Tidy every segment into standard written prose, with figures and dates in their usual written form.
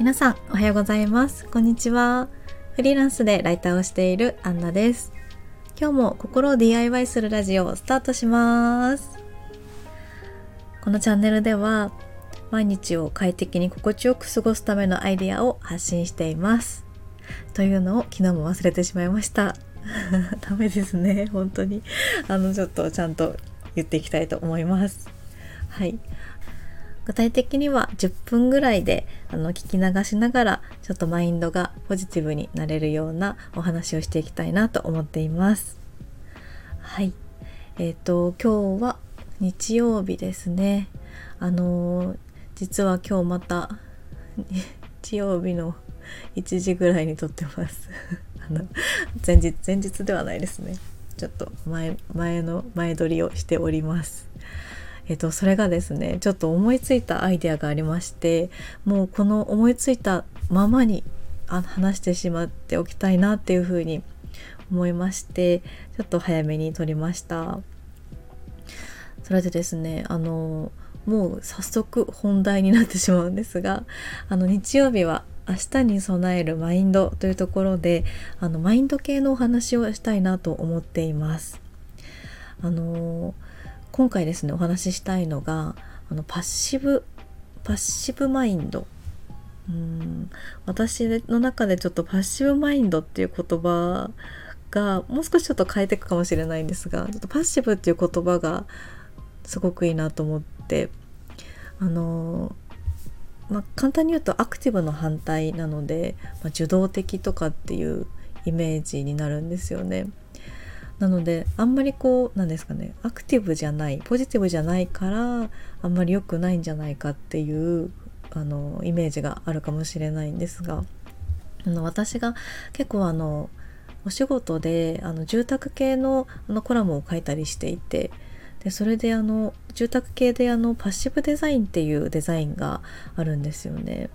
皆さんおはようございます。こんにちは。フリーランスでライターをしているアンナです。今日も心を DIY するラジオをスタートします。このチャンネルでは毎日を快適に心地よく過ごすためのアイデアを発信しています。というのを昨日も忘れてしまいました。ダメですね、本当に。ちょっとちゃんと言っていきたいと思います。はい。具体的には10分ぐらいで聞き流しながらちょっとマインドがポジティブになれるようなお話をしていきたいなと思っています。はい。今日は日曜日ですね。実は今日また日曜日の1時ぐらいに撮ってます前日ではないですね。ちょっと前撮りをしております。それがですね、ちょっと思いついたアイデアがありまして、もうこの思いついたままに話してしまっておきたいなっていうふうに思いまして、ちょっと早めに撮りました。それでですね、もう早速本題になってしまうんですが、日曜日は明日に備えるマインドというところで、マインド系のお話をしたいなと思っています。今回ですね、お話ししたいのがパッシブマインド。私の中でちょっとパッシブマインドっていう言葉がもう少しちょっと変えていくかもしれないんですが、ちょっとパッシブっていう言葉がすごくいいなと思って、簡単に言うとアクティブの反対なので、受動的とかっていうイメージになるんですよね。なのであんまりなんですかね、アクティブじゃないポジティブじゃないからあんまり良くないんじゃないかっていうイメージがあるかもしれないんですが、私が結構お仕事で住宅系のコラムを書いたりしていて、でそれで住宅系でパッシブデザインっていうデザインがあるんですよね。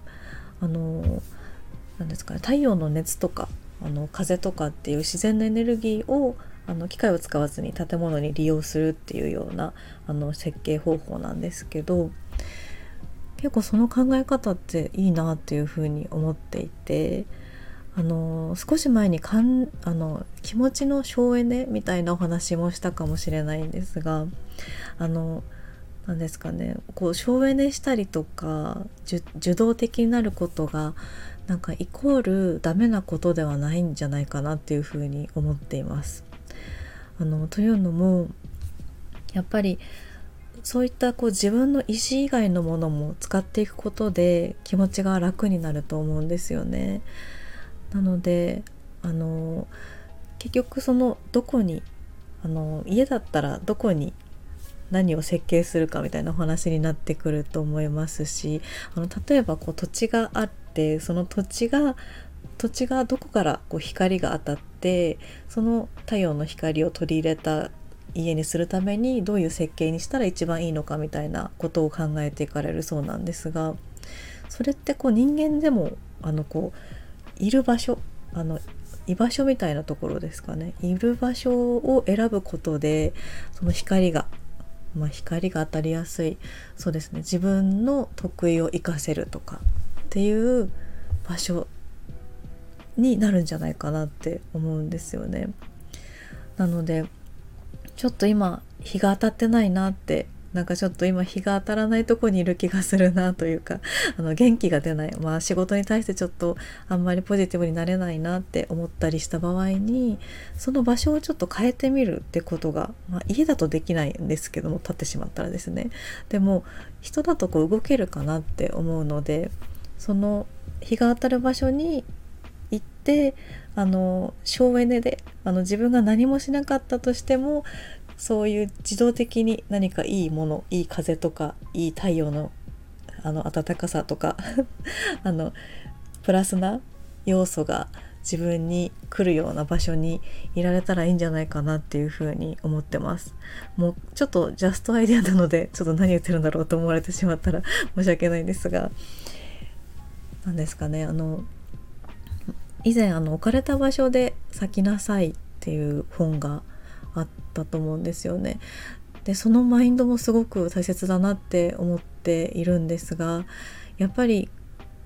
なんですかね、太陽の熱とか風とかっていう自然のエネルギーを機械を使わずに建物に利用するっていうような設計方法なんですけど、結構その考え方っていいなっていうふうに思っていて、少し前に気持ちの省エネみたいなお話もしたかもしれないんですが、なんですかね、省エネしたりとか受動的になることがなんかイコールダメなことではないんじゃないかなっていうふうに思っています。というのもやっぱりそういった自分の意思以外のものも使っていくことで気持ちが楽になると思うんですよね。なので結局どこに家だったらどこに何を設計するかみたいなお話になってくると思いますし、例えば土地があって、その土地がどこから光が当たってその太陽の光を取り入れた家にするためにどういう設計にしたら一番いいのかみたいなことを考えていかれるそうなんですが、それって人間でもいる場所居場所みたいなところですかね、いる場所を選ぶことでその光が当たりやすい、そうですね、自分の得意を活かせるとかっていう場所になるんじゃないかなって思うんですよね。なのでちょっと今日が当たってないなって、なんかちょっと今日が当たらないとこにいる気がするなというか、元気が出ない、仕事に対してちょっとあんまりポジティブになれないなって思ったりした場合に、その場所をちょっと変えてみるってことが、家だとできないんですけども、立ってしまったらですね、でも人だと動けるかなって思うので、その日が当たる場所に行って省エネで自分が何もしなかったとしてもそういう自動的に何かいいもの、いい風とかいい太陽の暖かさとかプラスな要素が自分に来るような場所にいられたらいいんじゃないかなっていうふうに思ってます。もうちょっとジャストアイデアなのでちょっと何言ってるんだろうと思われてしまったら申し訳ないんですが、なんですかね、以前置かれた場所で咲きなさいっていう本があったと思うんですよね。でそのマインドもすごく大切だなって思っているんですが、やっぱり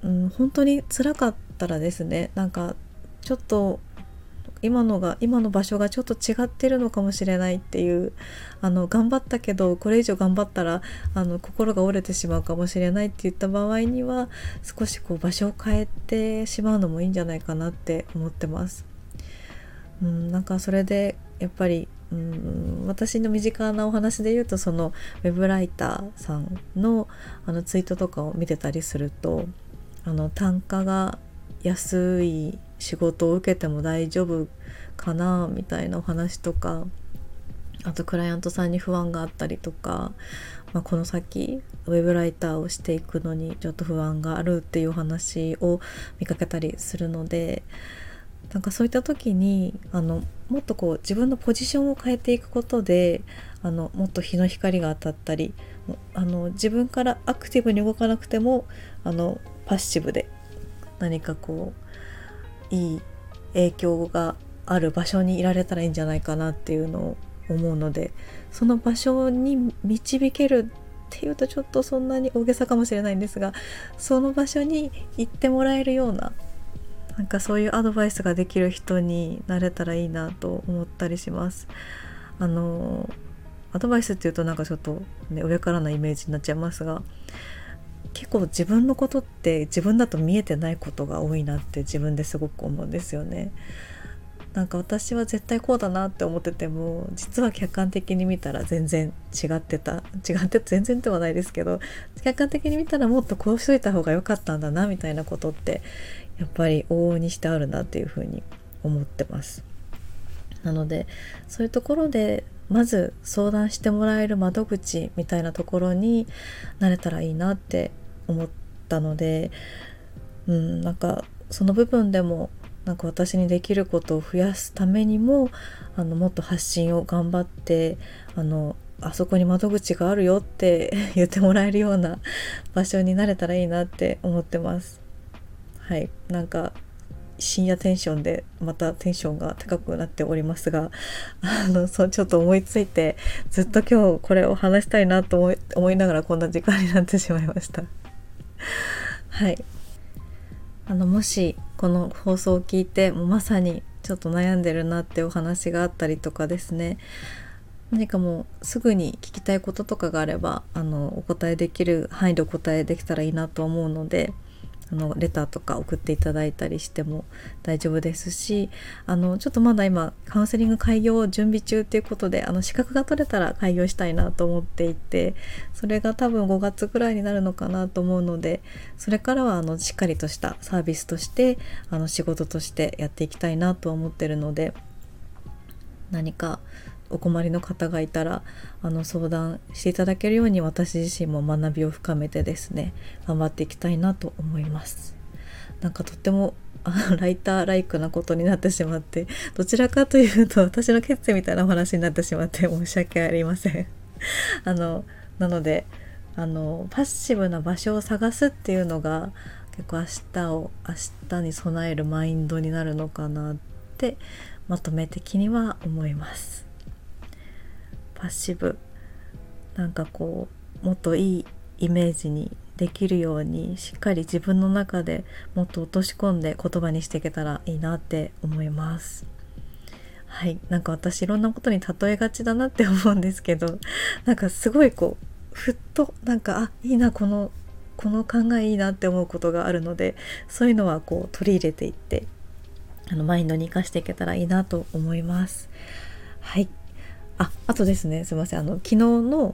本当に辛かったらですね、なんかちょっと今の場所がちょっと違ってるのかもしれないっていう、頑張ったけどこれ以上頑張ったら心が折れてしまうかもしれないって言った場合には、少しこう場所を変えてしまうのもいいんじゃないかなって思ってます。なんかそれでやっぱり私の身近なお話で言うと、そのウェブライターさんのツイートとかを見てたりすると、単価が安い仕事を受けても大丈夫かなみたいなお話とか、あとクライアントさんに不安があったりとか、この先ウェブライターをしていくのにちょっと不安があるっていうお話を見かけたりするので、なんかそういった時にもっとこう自分のポジションを変えていくことでもっと日の光が当たったり、自分からアクティブに動かなくてもパッシブで何かこういい影響がある場所にいられたらいいんじゃないかなっていうのを思うので、その場所に導けるっていうとちょっとそんなに大げさかもしれないんですが、その場所に行ってもらえるような、なんかそういうアドバイスができる人になれたらいいなと思ったりします。アドバイスっていうとなんかちょっと、上からのイメージになっちゃいますが、結構自分のことって自分だと見えてないことが多いなって自分ですごく思うんですよね。なんか私は絶対こうだなって思ってても、実は客観的に見たら全然違って全然ではないですけど、客観的に見たらもっとこうしといた方が良かったんだなみたいなことってやっぱり往々にしてあるなっていうふうに思ってます。なのでそういうところでまず相談してもらえる窓口みたいなところになれたらいいなって思ったので、なんかその部分でもなんか私にできることを増やすためにももっと発信を頑張ってあそこに窓口があるよって言ってもらえるような場所になれたらいいなって思ってます。はい、なんか深夜テンションでまたテンションが高くなっておりますが、そうちょっと思いついてずっと今日これを話したいなと思いながらこんな時間になってしまいましたはい、もしこの放送を聞いてまさにちょっと悩んでるなってお話があったりとかですね、何かもうすぐに聞きたいこととかがあればお答えできる範囲でお答えできたらいいなと思うので、レターとか送っていただいたりしても大丈夫ですし、ちょっとまだ今カウンセリング開業準備中っていうことで資格が取れたら開業したいなと思っていて、それが多分5月ぐらいになるのかなと思うので、それからはしっかりとしたサービスとして仕事としてやっていきたいなと思ってるので、何かお困りの方がいたら相談していただけるように、私自身も学びを深めてですね頑張っていきたいなと思います。なんかとってもライターライクなことになってしまって、どちらかというと私の決意みたいなお話になってしまって申し訳ありませんなのでパッシブな場所を探すっていうのが結構明日に備えるマインドになるのかなってまとめ的には思います。パッシブ、なんかこうもっといいイメージにできるようにしっかり自分の中でもっと落とし込んで言葉にしていけたらいいなって思います。はい、なんか私いろんなことに例えがちだなって思うんですけど、なんかすごいこうふっとなんかいいなこの考えいいなって思うことがあるので、そういうのはこう取り入れていってマインドに生かしていけたらいいなと思います。はい、あとですね、すいません、昨日の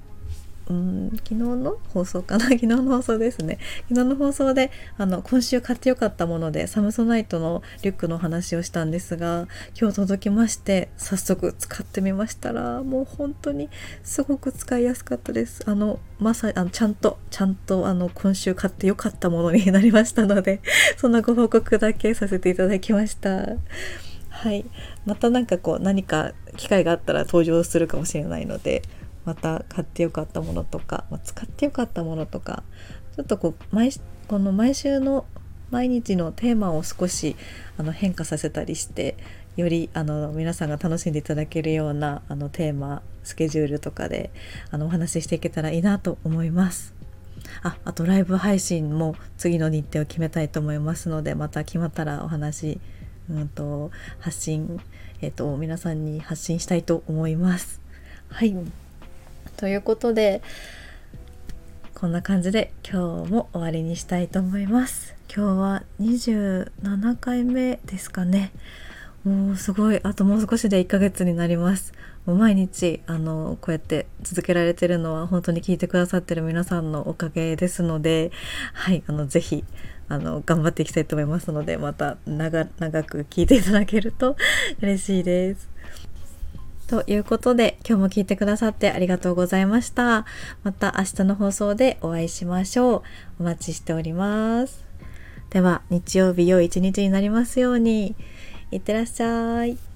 放送かな昨日の放送ですね。昨日の放送で今週買ってよかったものでサムソナイトのリュックの話をしたんですが、今日届きまして早速使ってみましたら、もう本当にすごく使いやすかったです。まさにちゃんと今週買ってよかったものになりましたのでそのご報告だけさせていただきました。はい、また何か機会があったら登場するかもしれないので、また買ってよかったものとか、使ってよかったものとか、ちょっとこの毎週の毎日のテーマを少し変化させたりして、より皆さんが楽しんでいただけるようなテーマスケジュールとかでお話ししていけたらいいなと思います。 あとライブ配信も次の日程を決めたいと思いますので、また決まったらお話、発信、皆さんに発信したいと思います。はい、ということでこんな感じで今日も終わりにしたいと思います。今日は27回目ですかね。もうすごい、あともう少しで1ヶ月になります。もう毎日こうやって続けられてるのは本当に聞いてくださってる皆さんのおかげですので、はい、ぜひ頑張っていきたいと思いますので、また長く聞いていただけると嬉しいです。ということで今日も聞いてくださってありがとうございました。また明日の放送でお会いしましょう。お待ちしております。では日曜日良い一日になりますように。いってらっしゃい。